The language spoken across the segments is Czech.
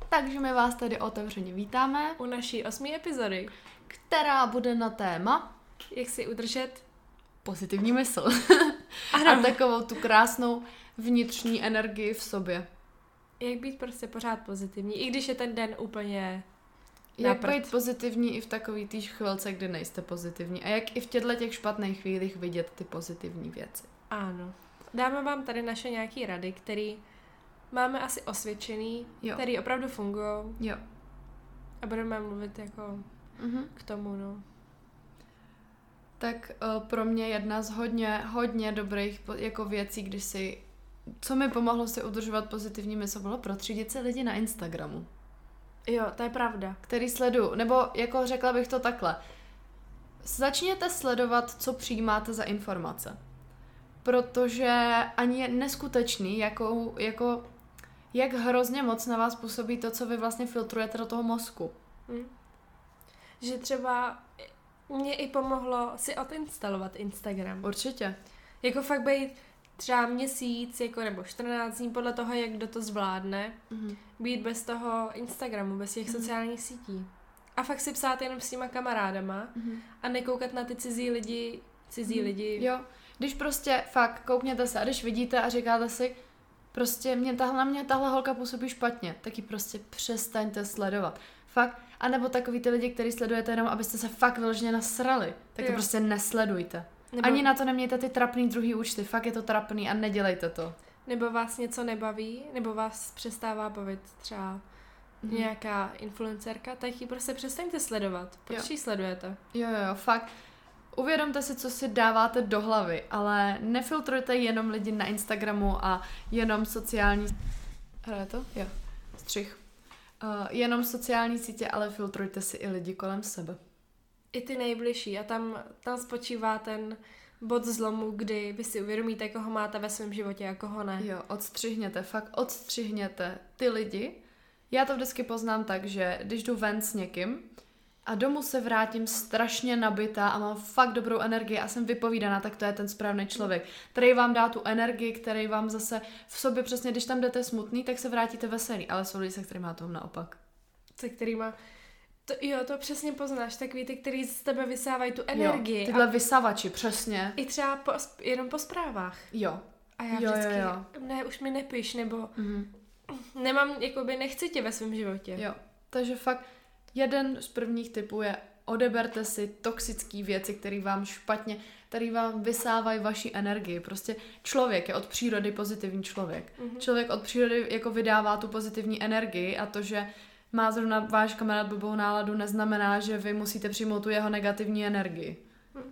takže my vás tady otevřeně vítáme u naší 8. epizody, která bude na téma jak si udržet pozitivní mysl ano. a takovou tu krásnou vnitřní energii v sobě. Jak být prostě pořád pozitivní, i když je ten den úplně Jak být pozitivní i v takový té chvilce, kdy nejste pozitivní a jak i v těch špatných chvílích vidět ty pozitivní věci. Ano. Dáme vám tady naše nějaký rady, které máme asi osvědčený, které opravdu fungují. Jo. A budeme mluvit jako k tomu, no. Tak pro mě jedna z hodně dobrých jako věcí, co mi pomohlo si udržovat pozitivní mysl, bylo protřídit se lidi na Instagramu. Jo, to je pravda. Který sleduju, nebo jako řekla bych to takhle. Začněte sledovat, co přijímáte za informace. Protože ani je neskutečný, jak hrozně moc na vás působí to, co vy vlastně filtrujete do toho mozku. Že třeba mě i pomohlo si odinstalovat Instagram. Určitě. Jako fakt být třeba měsíc, jako nebo 14 dní, podle toho, jak kdo to zvládne, být bez toho Instagramu, bez těch sociálních sítí. A fakt si psát jenom s těma kamarádama a nekoukat na ty cizí lidi. Jo, když prostě fakt koukněte se a když vidíte a říkáte si, prostě na mě tahle holka působí špatně, tak ji prostě přestaňte sledovat. Fakt, anebo takový ty lidi, který sledujete jenom, abyste se fakt vyloženě nasrali, tak to prostě nesledujte. Nebo ani na to nemějte ty trapný druhý účty, fakt je to trapný a nedělejte to. Nebo vás něco nebaví, nebo vás přestává bavit třeba nějaká influencerka, tak ji prostě přestaňte sledovat. Proč ji sledujete? Jo, fakt. Uvědomte si, co si dáváte do hlavy, ale nefiltrujte jenom lidi na Instagramu a jenom sociální... Hraje to? Jo. Střih. Jenom sociální sítě, ale filtrujte si i lidi kolem sebe. I ty nejbližší a tam spočívá ten bod zlomu, kdy vy si uvědomíte, koho máte ve svém životě a koho ne. Jo, odstřihněte ty lidi. Já to vždycky poznám tak, že když jdu ven s někým a domů se vrátím strašně nabitá a mám fakt dobrou energii a jsem vypovídaná, tak to je ten správný člověk, který vám dá tu energii, který vám zase v sobě přesně, když tam jdete smutný, tak se vrátíte veselý, ale jsou lidi, se kterými má to naopak. Se kterýma... To přesně poznáš, takový ty, který z tebe vysávají tu energii. Jo, tyhle vysavači, přesně. I třeba jenom po zprávách. Jo. A já vždycky, ne, už mi nepiš, nebo nemám, jakoby nechci tě ve svém životě. Jo, takže fakt jeden z prvních typů je odeberte si toxické věci, které vám vysávají vaši energii. Prostě člověk je od přírody pozitivní člověk. Člověk od přírody jako vydává tu pozitivní energii a to, že má zrovna váš kamarád blbou náladu, neznamená, že vy musíte přijmout tu jeho negativní energii.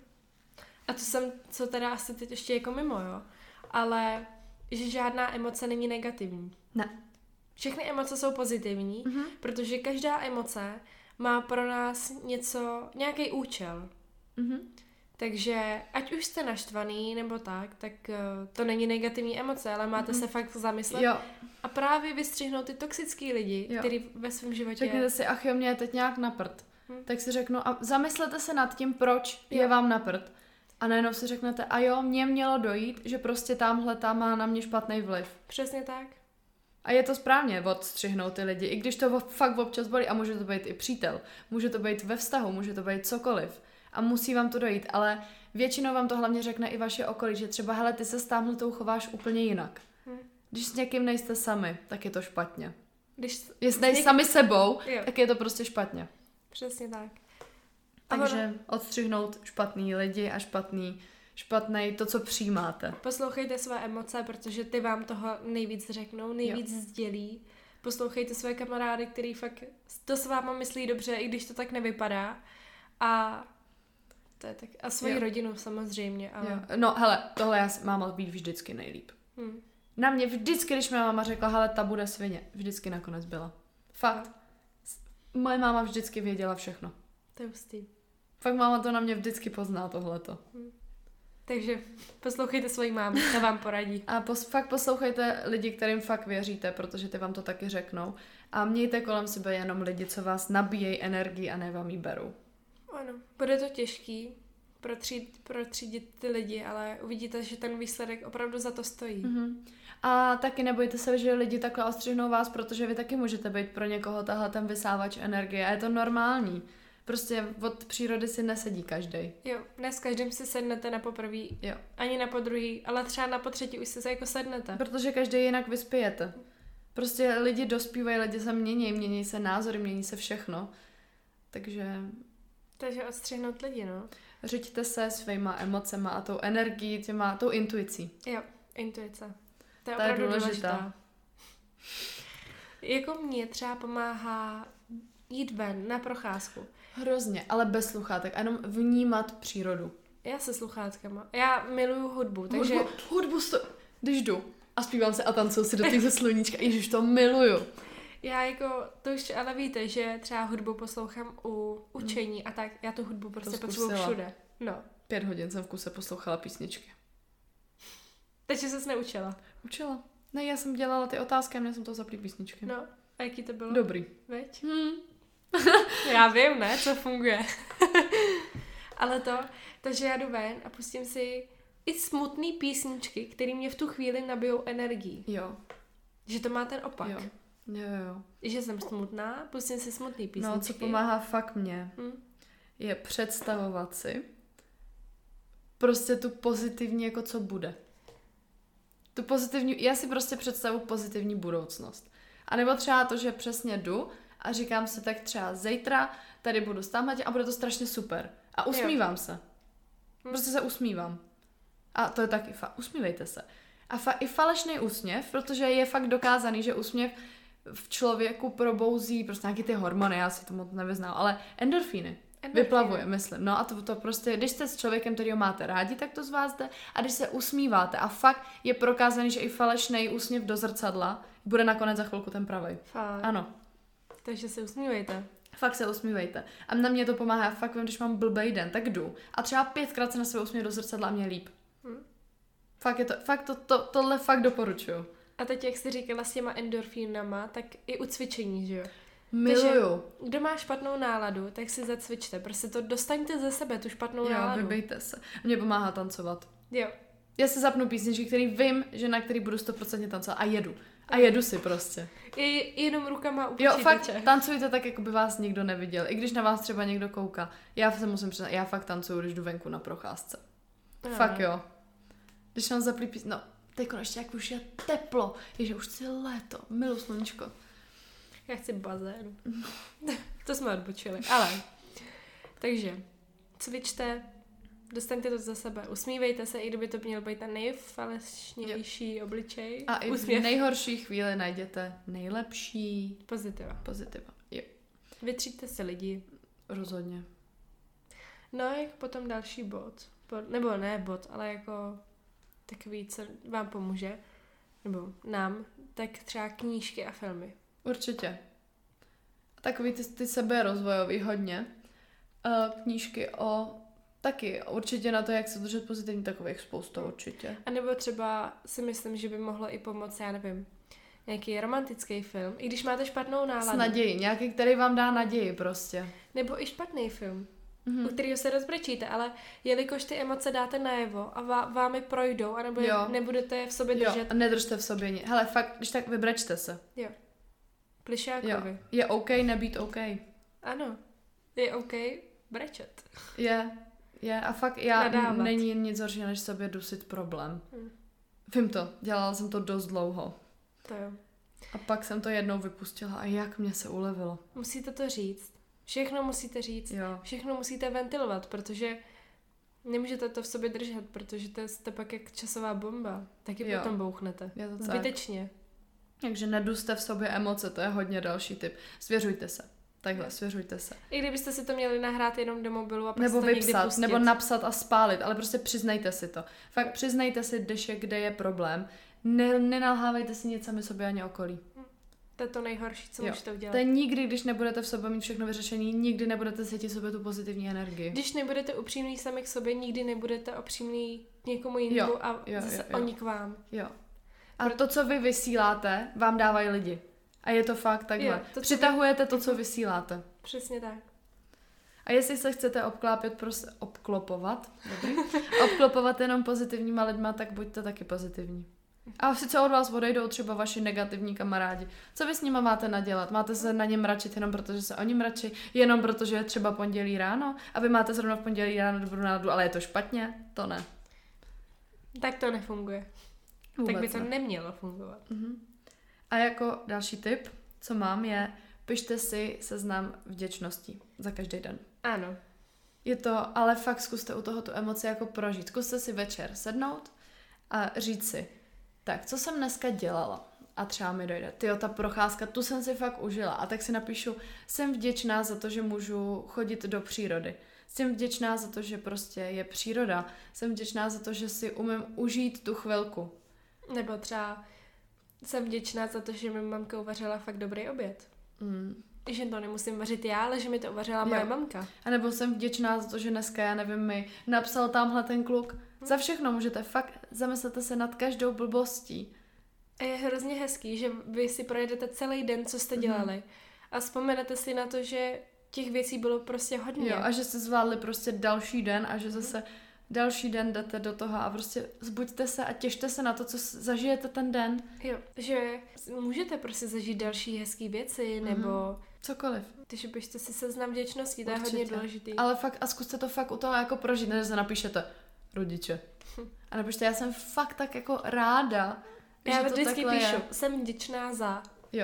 A co teda asi teď ještě jako mimo, jo? Ale že žádná emoce není negativní. Ne. Všechny emoce jsou pozitivní, protože každá emoce má pro nás nějaký účel. Takže ať už jste naštvaný nebo tak to není negativní emoce, ale máte se fakt zamyslet a právě vystřihnout ty toxický lidi, který ve svém životě... Řekněte si, ach jo, mě je teď nějak na prd. Tak si řeknu a zamyslete se nad tím, proč je vám na prd. A najednou si řeknete, a jo, mně mělo dojít, že prostě tamhle má na mě špatný vliv. Přesně tak. A je to správně odstřihnout ty lidi, i když to fakt občas bolí a může to být i přítel, může to být ve vztahu, může to být cokoliv. A musí vám to dojít, ale většinou vám to hlavně řekne i vaše okolí, že třeba, hele, ty se s támhletou chováš úplně jinak. Když s někým nejste sami, tak je to špatně. Jestli nejste sami sebou, tak je to prostě špatně. Přesně tak. Takže odstřihnout špatný lidi a špatný to, co přijímáte. Poslouchejte své emoce, protože ty vám toho nejvíc řeknou, nejvíc sdělí. Poslouchejte své kamarády, který fakt to s váma myslí dobře, i když to tak nevypadá. A to je tak. A svoji rodinu samozřejmě. Ale... No hele, tohle já máma ví vždycky nejlíp. Na mě vždycky, když mě máma řekla, hele, ta bude svině, vždycky nakonec byla. Fakt. Moje máma vždycky věděla všechno. To je hustý. Fakt máma to na mě vždycky pozná tohleto. Takže poslouchejte svoji mámu, ta vám poradí. A fakt poslouchejte lidi, kterým fakt věříte, protože ty vám to taky řeknou. A mějte kolem sebe jenom lidi, co vás nabíjejí energii a ne vám ji berou. Ano, bude to těžký, protřídit ty lidi, ale uvidíte, že ten výsledek opravdu za to stojí. A taky nebojte se, že lidi takhle ostřihnou vás, protože vy taky můžete být pro někoho tahle ten vysávač energie a je to normální. Prostě od přírody si nesedí každej. Jo, ne s každým si sednete na poprvý, ani na podruhý, ale třeba na potřetí už si se jako sednete. Protože každý jinak vyspějete. Prostě lidi dospívají, lidi se mění se názory, mění se všechno. Takže odstřihnout lidi, no. Řiďte se svýma emocema a tou energií, tou intuicí. Jo, intuice. To je opravdu důležitá. Jako mě třeba pomáhá jít ven na procházku. Hrozně, ale bez sluchátek a jenom vnímat přírodu. Já se sluchátkama. Já miluju hudbu, takže... Když jdu a zpívám se a tancuju si do těch sluníčka, ježiš, to miluju. Já jako, to už ale víte, že třeba hudbu poslouchám u učení a tak, já tu hudbu prostě potřebuji všude. No. 5 hodin jsem v kuse poslouchala písničky. Takže ses neučila? Učila. Ne, já jsem dělala ty otázky a měla jsem to zaplý písničky. No, a jaký to bylo? Dobrý. Veď? Já vím, ne, co funguje. Ale takže já jdu ven a pustím si i smutný písničky, které mě v tu chvíli nabijou energii. Jo. Že to má ten opak. Jo. Že jsem smutná, pustím si smutný písničky. No, co pomáhá fakt mě, je představovat si prostě tu pozitivní, jako co bude. Tu pozitivní, já si prostě představu pozitivní budoucnost. A nebo třeba to, že přesně jdu a říkám si tak třeba zítra tady budu stámat a bude to strašně super. A usmívám se. Prostě se usmívám. A to je taky usmívejte se. A i falešný úsměv, protože je fakt dokázaný, že úsměv v člověku probouzí prostě nějaký ty hormony, já si to moc nevyznám, ale endorfíny. Vyplavuje, myslím. No a to prostě, když jste s člověkem, který ho máte rádi, tak to z vás jde. A když se usmíváte a fakt je prokázaný, že i falešný úsměv do zrcadla bude nakonec za chvilku ten pravej. Fakt. Ano. Takže se usmívejte. Fakt se usmívejte. A na mě to pomáhá, fakt vím, když mám blbej den, tak jdu. A třeba 5krát se na sebe usměju do zrcadla a mě líp. Tohle fakt doporučuju. A teď, jak jsi říkala s těma endorfínama, tak i u cvičení, že jo? Miluju. Takže, kdo má špatnou náladu, tak si zacvičte. Prostě to dostaňte ze sebe, tu špatnou náladu. Jo, vybejte se. Mně pomáhá tancovat. Jo. Já si zapnu písničky, který vím, že na který budu 100% tancovat a jedu. A jedu si prostě. Jenom rukama u počítače. Jo, fakt tancujte tak, jako by vás nikdo neviděl. I když na vás třeba někdo kouká. Já se musím přiznat, já fakt tancuju, když jdu venku na procházce. Fakt jo. Když mám zaplý písničky, no, teď ještě jak už je teplo, je, že už chci léto, milu sluníčko. Já chci bazén. To jsme odbočili, ale. Takže, cvičte, dostaňte to za sebe, usmívejte se, i kdyby to měl být ten nejfalešnější obličej. A i v nejhorší chvíli najděte nejlepší pozitiva. Jo. Vytříďte se lidi. Rozhodně. No a jak potom další bod, nebo ne bod, ale jako takový, co vám pomůže, nebo nám, tak třeba knížky a filmy. Určitě. Takový ty seberozvojový hodně. Knížky taky určitě na to, jak se držet pozitivní, takových spoustu určitě. A nebo třeba si myslím, že by mohlo i pomoct, já nevím, nějaký romantický film, i když máte špatnou náladu. S nadějí, nějaký, který vám dá naději prostě. Nebo i špatný film, u kterého se rozbrečíte, ale jelikož ty emoce dáte najevo a vámi projdou, anebo nebudete v sobě držet. Jo, a nedržte v sobě nic. Hele, fakt, když tak vybrečte se. Jo. Plišákovi. Je OK nebýt OK. Ano. Je OK brečet. Je. A fakt není nic horšího, než sobě dusit problém. Vím to. Dělala jsem to dost dlouho. To jo. A pak jsem to jednou vypustila a jak mě se ulevilo. Musíte to říct. Všechno musíte říct. Jo. Všechno musíte ventilovat, protože nemůžete to v sobě držet, protože to jste pak jak časová bomba. Taky potom bouchnete. Zbytečně. Takže neduste v sobě emoce, to je hodně další tip. Svěřujte se. Takhle, svěřujte se. I kdybyste si to měli nahrát jenom do mobilu a prostě nebo to někdy vypsat, pustit. nebo napsat a spálit, ale prostě přiznejte si to. Fakt přiznejte si, kde je problém. Nenalhávejte si nic sami sobě ani okolí. To je to nejhorší, co můžete udělat. To je nikdy, když nebudete v sobě mít všechno vyřešený, nikdy nebudete cítit sobě tu pozitivní energii. Když nebudete upřímný sami k sobě, nikdy nebudete upřímný někomu jinému a zase oni k vám. Jo. A to, co vy vysíláte, vám dávají lidi. A je to fakt takhle. Přitahujete to, co vysíláte. Přesně tak. A jestli se chcete obklopovat jenom pozitivníma lidma, tak buďte taky pozitivní. A sice od vás odejdou třeba vaši negativní kamarádi. Co vy s nima máte nadělat? Máte se na ně mračit jenom protože se oni mračí? Jenom protože je třeba pondělí ráno? A vy máte zrovna v pondělí ráno dobrou náladu, ale je to špatně? To ne. Tak to nefunguje. Vůbec tak by to ne. nemělo fungovat. A jako další tip, co mám, je pište si seznam vděčností za každý den. Ano. Je to, ale fakt zkuste u toho tu emoci jako prožít. Zkuste si večer sednout a říct si, tak, co jsem dneska dělala? A třeba mi dojde, ta procházka, tu jsem si fakt užila. A tak si napíšu, jsem vděčná za to, že můžu chodit do přírody. Jsem vděčná za to, že prostě je příroda. Jsem vděčná za to, že si umím užít tu chvilku. Nebo třeba jsem vděčná za to, že mi mamka uvařila fakt dobrý oběd. Že to nemusím vařit já, ale že mi to uvařila moje mamka. A nebo jsem vděčná za to, že dneska, já nevím, mi napsal tamhle ten kluk. Za všechno můžete fakt, zamyslete se nad každou blbostí. A je hrozně hezký, že vy si projedete celý den, co jste dělali. A vzpomenete si na to, že těch věcí bylo prostě hodně. Jo, a že jste zvládli prostě další den a že zase další den jdete do toho a prostě zbuďte se a těšte se na to, co zažijete ten den. Jo, že můžete prostě zažít další hezký věci, nebo cokoliv. Takže pište si seznam vděčností, to je hodně důležitý. Ale fakt, a zkuste to fakt u toho jako prožít, ne, že se napíšete rodiče. A napište, já jsem fakt tak jako ráda, já že to vždycky takhle píšu, je. Jsem vděčná za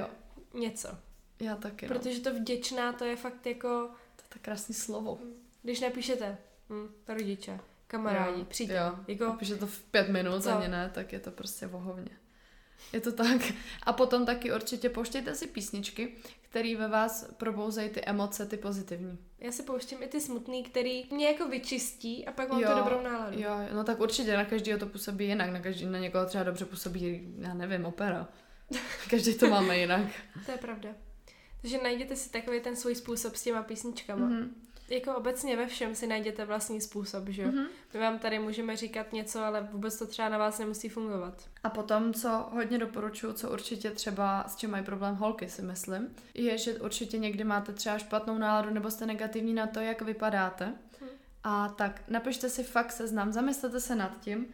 něco. Já taky, Protože to vděčná, to je fakt jako... To je tak krásný slovo. Když napíšete rodiče, kamarádi, přítel. Jako, píše to v 5 minut, ani ne, tak je to prostě vohovně. Je to tak. A potom taky určitě pouštějte si písničky, které ve vás probouzejí ty emoce, ty pozitivní. Já si pouštím i ty smutný, který mě jako vyčistí a pak mám tu dobrou náladu. Jo, no tak určitě na každého to působí jinak, na někoho třeba dobře působí, já nevím, opera. Každý to máme jinak. To je pravda. Takže najděte si takový ten svůj způsob s těma písničkama. Jako obecně ve všem si najděte vlastní způsob, že jo? My vám tady můžeme říkat něco, ale vůbec to třeba na vás nemusí fungovat. A potom, co hodně doporučuji, co určitě třeba s čím mají problém holky, si myslím, je, že určitě někdy máte třeba špatnou náladu nebo jste negativní na to, jak vypadáte. A tak napište si fakt seznam, zamyslete se nad tím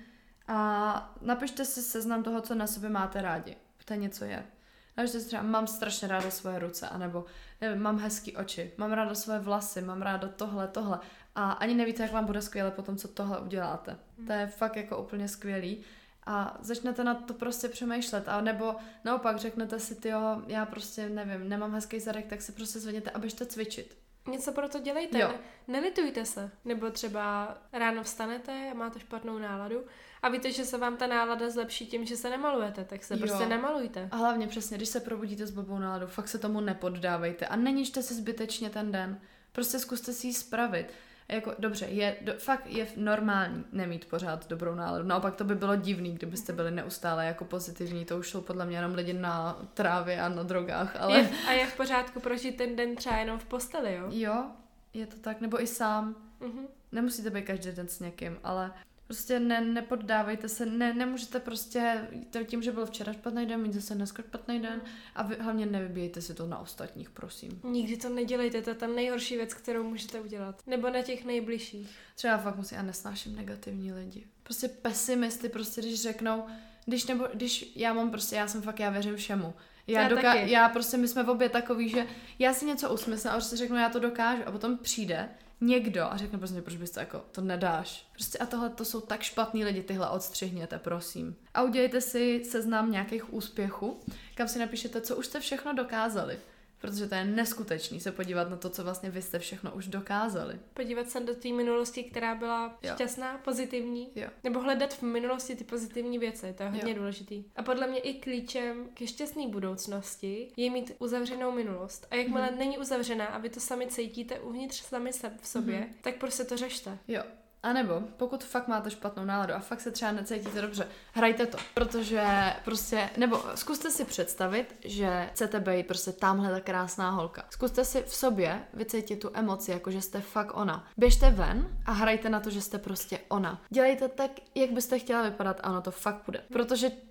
a napište si seznam toho, co na sobě máte rádi. To něco je. Napište si třeba, mám strašně ráda svoje ruce, anebo nevím, mám hezký oči, mám ráda svoje vlasy, mám ráda tohle. A ani nevíte, jak vám bude skvěle potom, co tohle uděláte. To je fakt jako úplně skvělý. A začnete na to prostě přemýšlet. A nebo naopak řeknete si, tyjo, já prostě nevím, nemám hezký zadek, tak se prostě zvedněte a běžte cvičit. Něco pro to dělejte, nelitujte se. Nebo třeba ráno vstanete a máte špatnou náladu a víte, že se vám ta nálada zlepší tím, že se nemalujete, tak se prostě nemalujte. A hlavně přesně, když se probudíte s blbou náladou, fakt se tomu nepoddávejte a nenížte si zbytečně ten den. Prostě zkuste si ji spravit. Jako, dobře, fakt je normální nemít pořád dobrou náladu. Naopak to by bylo divný, kdybyste byli neustále jako pozitivní. To už jsou podle mě jenom lidi na trávě a na drogách. Ale... A je v pořádku prožít ten den třeba jenom v posteli, jo? Jo, je to tak. Nebo i sám. Nemusíte být každý den s někým, ale prostě nepoddávejte se. Nemůžete prostě tím, že byl včera špatný den, mít zase dneska špatný den a hlavně nevybíjejte si to na ostatních, prosím. Nikdy to nedělejte, to je ta nejhorší věc, kterou můžete udělat. Nebo na těch nejbližších. Třeba fakt já nesnáším negativní lidi. Prostě pesimisty, prostě když řeknou, já věřím všemu. Já prostě, my jsme v obě takový, že já si něco usmyslím a prostě řeknu, já to dokážu a potom přijde někdo a řekne prostě, proč bys to jako, to nedáš. Prostě a tohle to jsou tak špatný lidi, tyhle odstřihněte, prosím. A udělejte si seznam nějakých úspěchů, kam si napíšete, co už jste všechno dokázali. Protože to je neskutečný se podívat na to, co vlastně vy jste všechno už dokázali. Podívat se do té minulosti, která byla šťastná, pozitivní. Jo. Nebo hledat v minulosti ty pozitivní věci, to je hodně důležitý. A podle mě i klíčem ke šťastné budoucnosti je mít uzavřenou minulost. A jakmile není uzavřená a vy to sami cítíte uvnitř sami v sobě, tak prostě to řešte. Jo. A nebo pokud fakt máte špatnou náladu a fakt se třeba necítíte dobře, hrajte to, protože prostě, nebo zkuste si představit, že chcete být prostě tamhle ta krásná holka. Zkuste si v sobě vycítit tu emoci, jako že jste fakt ona. Běžte ven a hrajte na to, že jste prostě ona. Dělejte tak, jak byste chtěla vypadat a ono to fakt půjde. Protože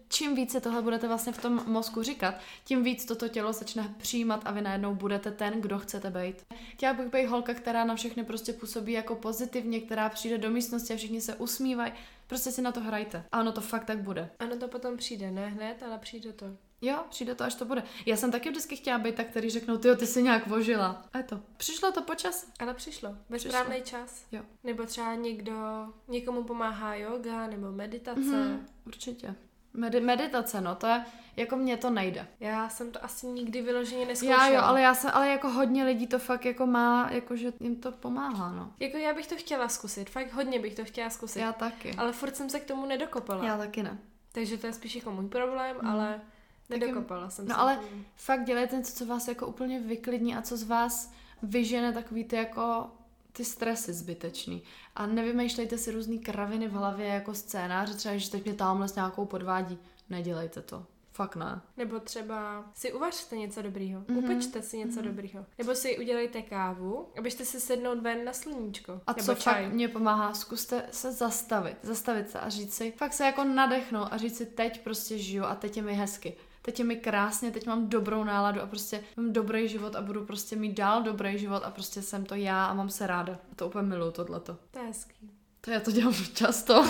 čím více tohle budete vlastně v tom mozku říkat, tím víc toto tělo začne přijímat a vy najednou budete ten, kdo chcete být. Chtěla bych být holka, která na všechny prostě působí jako pozitivně, která přijde do místnosti a všichni se usmívají. Prostě si na to hrajte. A ono to fakt tak bude. Ano, to potom přijde, ne hned, ale přijde to. Jo, přijde to, až to bude. Já jsem taky vždycky chtěla být tak, který řeknou, tyjo, ty jsi nějak vožila. A je to. Přišlo to po čase. Ale přišlo. Ve správný čas. Jo. Nebo třeba někomu pomáhá yoga nebo meditace. Určitě. Meditace, no, to je, jako mně to nejde. Já jsem to asi nikdy vyloženě neskoušela. Jo, ale jako hodně lidí to fakt jako má, jakože jim to pomáhá, no. Jako já bych to chtěla zkusit, fakt hodně bych to chtěla zkusit. Já taky. Ale furt jsem se k tomu nedokopala. Já taky ne. Takže to je spíš jako můj problém, ale nedokopala jsem se. No ale fakt dělejte něco, co vás jako úplně vyklidní a co z vás vyžene takový ty jako ty stresy zbytečný. A nevymýšlejte si různý kraviny v hlavě jako scénář, třeba, že teď mě tamhle s nějakou podvádí. Nedělejte to. Fakt ne. Nebo třeba si uvařte něco dobrýho. Upečte si něco dobrýho. Nebo si udělejte kávu a běžte si sednout ven na sluníčko. A nebo co čaj. fakt mě pomáhá, zkuste se zastavit se a říct si, fakt se jako nadechnout a říct si, teď prostě žiju a teď je mi hezky. Teď je mi krásně, teď mám dobrou náladu a prostě mám dobrý život a budu prostě mít dál dobrý život a prostě jsem to já a mám se ráda. A to úplně miluju tohleto. To je hezký. To já to dělám často.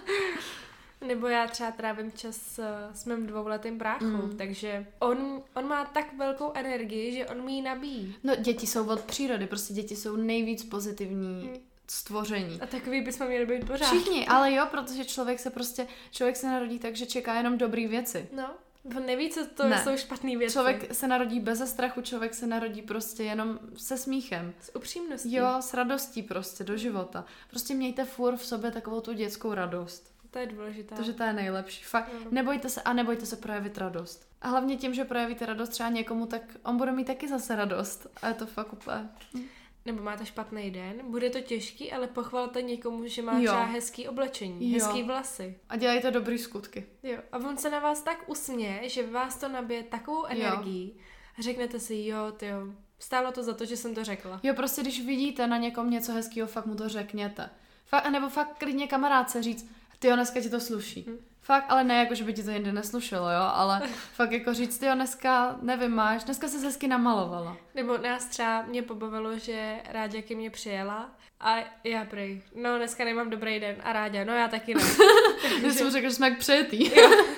Nebo já třeba trávím čas s mým 2letým bráchou, takže on má tak velkou energii, že on mi ji nabíjí. No děti jsou od přírody, prostě děti jsou nejvíc pozitivní stvoření. A takový bychom měli být pořád. Všichni, ale jo, protože člověk se narodí tak, že čeká jenom dobrý věci. No, on neví, co to jsou špatný věci. Člověk se narodí beze strachu, člověk se narodí prostě jenom se smíchem. S upřímností. Jo, s radostí prostě do života. Prostě mějte furt v sobě takovou tu dětskou radost. To je důležité. Protože to je nejlepší. Fakt, nebojte se projevit radost. A hlavně tím, že projevíte radost třeba někomu, tak on bude mít taky zase radost. A je to fakt úplně... Nebo máte špatný den, bude to těžký, ale pochvalte někomu, že má třeba hezký oblečení, hezký vlasy. A dělejte dobrý skutky. Jo. A on se na vás tak usměje, že vás to nabije takovou energií. A řeknete si, jo, stálo to za to, že jsem to řekla. Jo, prostě když vidíte na někom něco hezkého, fakt mu to řekněte. Nebo fakt klidně kamarádce říct, tyjo, dneska ti to sluší. Fakt, ale ne jako, že by ti to jindy neslušelo, jo, ale fakt jako říct, tyjo, dneska, nevím, dneska se hezky namalovala. Nebo nás třeba mě pobavilo, že Ráďa ke mně přijela a já prej, no dneska nemám dobrý den a Ráďa, no já taky ne. Když jsem řekl, že jsme jak přejetý.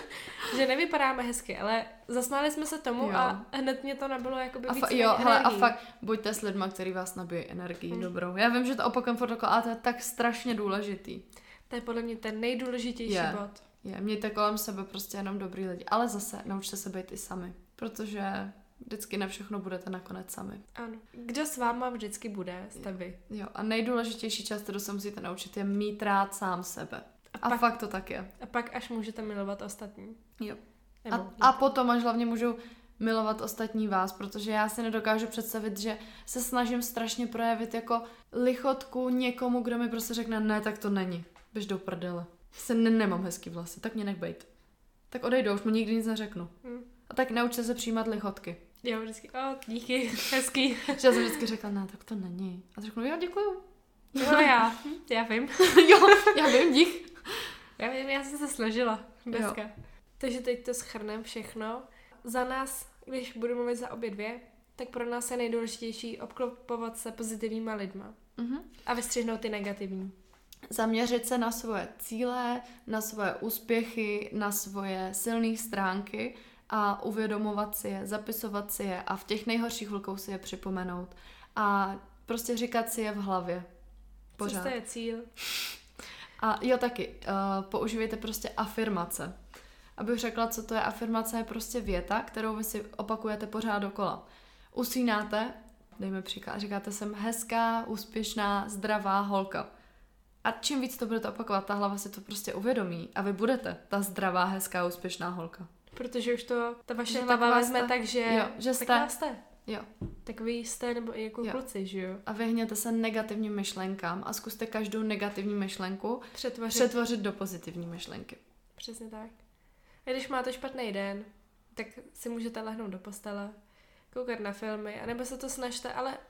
Že nevypadáme hezky, ale zasmáli jsme se tomu a hned mě to nabilo jakoby víc energii. A fakt buďte s lidma, který vás nabije energii dobrou. Já vím, že to opakujem furt ale to je tak strašně důležitý. To je podle mě ten nejdůležitější bod. Mějte kolem sebe prostě jenom dobrý lidi, ale zase naučte se být i sami, protože vždycky na všechno budete nakonec sami. Ano. Kdo s váma vždycky bude, jste vy. Jo, a nejdůležitější část, kterou se musíte naučit, je mít rád sám sebe. A fakt to tak je. A pak až můžete milovat ostatní. Jo. A potom až hlavně můžou milovat ostatní vás, protože já si nedokážu představit, že se snažím strašně projevit jako lichotku někomu, kdo mi prostě řekne, ne, tak to není. Běž do prdele. Nemám hezký vlasy, tak mě nech bejt. Tak odejdou, už mu nikdy nic neřeknu. A tak naučte se přijímat lichotky. Jo, vždycky, díky, hezký. Že já jsem vždycky řekla, ne, tak to není. A řeknu, jo, děkuju. No já vím. Jo, já vím, dík. Já vím, já jsem se snažila dneska. Jo. Takže teď to shrneme všechno. Za nás, když budu mluvit za obě dvě, tak pro nás je nejdůležitější obklopovat se pozitivníma lidma. A vystřihnout ty negativní. Zaměřit se na svoje cíle, na svoje úspěchy, na svoje silné stránky a uvědomovat si je, zapisovat si je a v těch nejhorších chvilkou si je připomenout. A prostě říkat si je v hlavě. Pořád. Co je cíl? A jo, taky. Používejte prostě afirmace. Abych řekla, co to je afirmace, je prostě věta, kterou vy si opakujete pořád dokola. Usínáte, dejme příklad, říkáte jsem hezká, úspěšná, zdravá holka. A čím víc to budete opakovat, ta hlava si to prostě uvědomí a vy budete ta zdravá, hezká, úspěšná holka. Protože už to ta vaše hlava vezme tak, že jste. Jo. Tak vy jste, nebo i jako kluci, že jo? A vyhněte se negativním myšlenkám a zkuste každou negativní myšlenku přetvořit do pozitivní myšlenky. Přesně tak. A když máte špatný den, tak si můžete lehnout do postele, koukat na filmy, anebo se to snažte, ale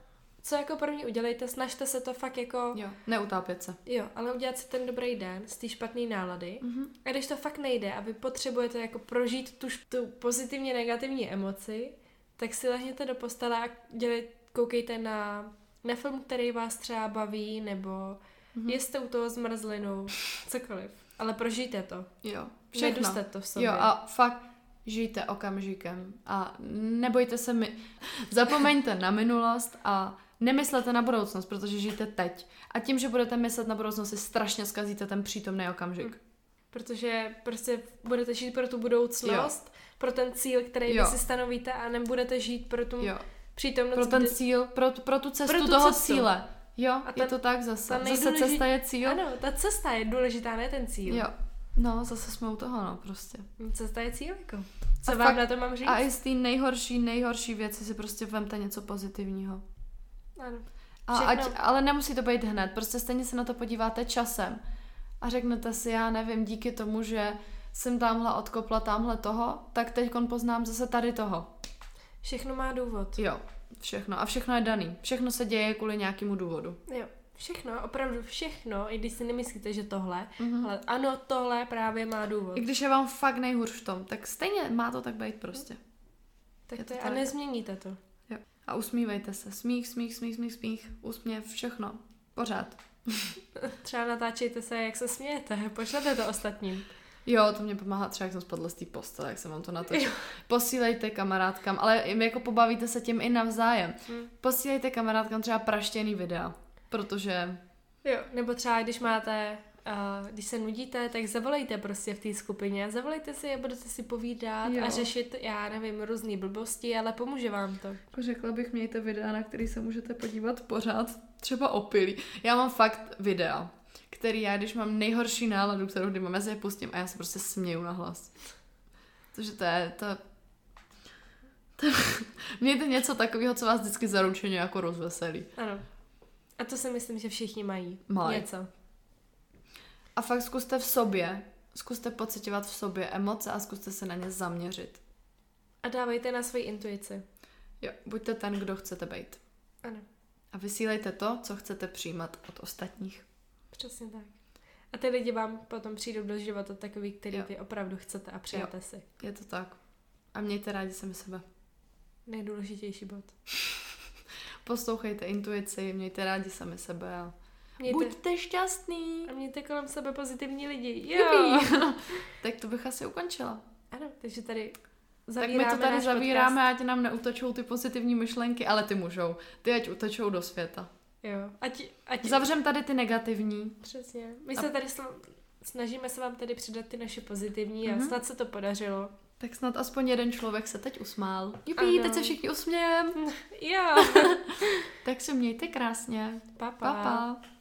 co jako první udělejte, snažte se to fakt jako... Jo, neutápět se. Jo, ale udělat si ten dobrý den z té špatné nálady. A když to fakt nejde a vy potřebujete jako prožít tu pozitivně negativní emoci, tak si lehněte do postele a koukejte na film, který vás třeba baví, nebo jeste u toho zmrzlinu, cokoliv. Ale prožijte to. Jo, všechno. Neduste to v sobě. Jo, a fakt žijte okamžikem a nebojte se zapomeňte na minulost a nemyslete na budoucnost, protože žijte teď. A tím, že budete myslet na budoucnost, si strašně zkazíte ten přítomný okamžik. Protože prostě budete žít pro tu budoucnost, pro ten cíl, který vy si stanovíte a nebudete žít pro tu přítomnost. Pro ten cíl, pro tu cestu toho cíle. Jo, a je to tak zase. Zase cesta je cíl. Ano, ta cesta je důležitá, ne ten cíl. Jo. No, zase jsme u toho, no, prostě. Cesta je cíl, jako. Co vám na to mám říct? A i z té nejhorší věci si prostě vemte něco pozitivního. Ano. Ale nemusí to být hned, prostě stejně se na to podíváte časem. A řeknete si, já nevím, díky tomu, že jsem tamhle odkopla tamhle toho, tak teďkon poznám zase tady toho. Všechno má důvod. Jo, všechno. A všechno je daný. Všechno se děje kvůli nějakému důvodu. Jo. Všechno, opravdu všechno, i když si nemyslíte, že tohle, ale ano, tohle právě má důvod. I když je vám fakt nejhůř v tom, tak stejně má to tak být prostě. Tak to je, a nezměníte to. Jo. A usmívejte se. Smích, úsměv, všechno. Pořád. Třeba natáčejte se, jak se smějete, pošlete to ostatním. Jo, to mě pomáhá třeba, jak jsem spadla z té postele, jak jsem vám to natočila. Posílejte kamarádkám, ale jako pobavíte se tím i navzájem. Posílejte kamarádkám třeba praštěný videa. Protože... Jo, nebo třeba když se nudíte, tak zavolejte prostě v té skupině. Zavolejte si a budete si povídat a řešit, já nevím, různý blbosti, ale pomůže vám to. Řekla bych, mějte videa, na který se můžete podívat pořád, třeba opilí. Já mám fakt videa, který já, když mám nejhorší náladu, kterou kdy mám, já se je pustím a já se prostě směju na hlas. Takže to je mějte něco takového, co vás vždycky zaručeně jako rozveselí. Ano. A to si myslím, že všichni mají. Něco. A fakt zkuste pociťovat v sobě emoce a zkuste se na ně zaměřit. A dávejte na svoji intuici. Jo, buďte ten, kdo chcete být. Ano. A vysílejte to, co chcete přijímat od ostatních. Přesně tak. A ty lidi vám potom přijdou do života takový, který vy opravdu chcete a přejete si. Je to tak. A mějte rádi sami sebe. Nejdůležitější bod. Poslouchejte intuici, mějte rádi sami sebe a buďte šťastný. A mějte kolem sebe pozitivní lidi. Jo. Tak to bych asi ukončila. Ano, takže tady zavíráme. Tak my to tady zavíráme, ať nám neutečou ty pozitivní myšlenky, ale ty můžou. Ty ať utečou do světa. Jo. Ať... Zavřem tady ty negativní. Přesně. My se tady snažíme se vám tady přidat ty naše pozitivní a snad se to podařilo. Tak snad aspoň jeden člověk se teď usmál. Jupi, teď se všichni usmějem. Jo. Tak se mějte krásně. Pa. Pa.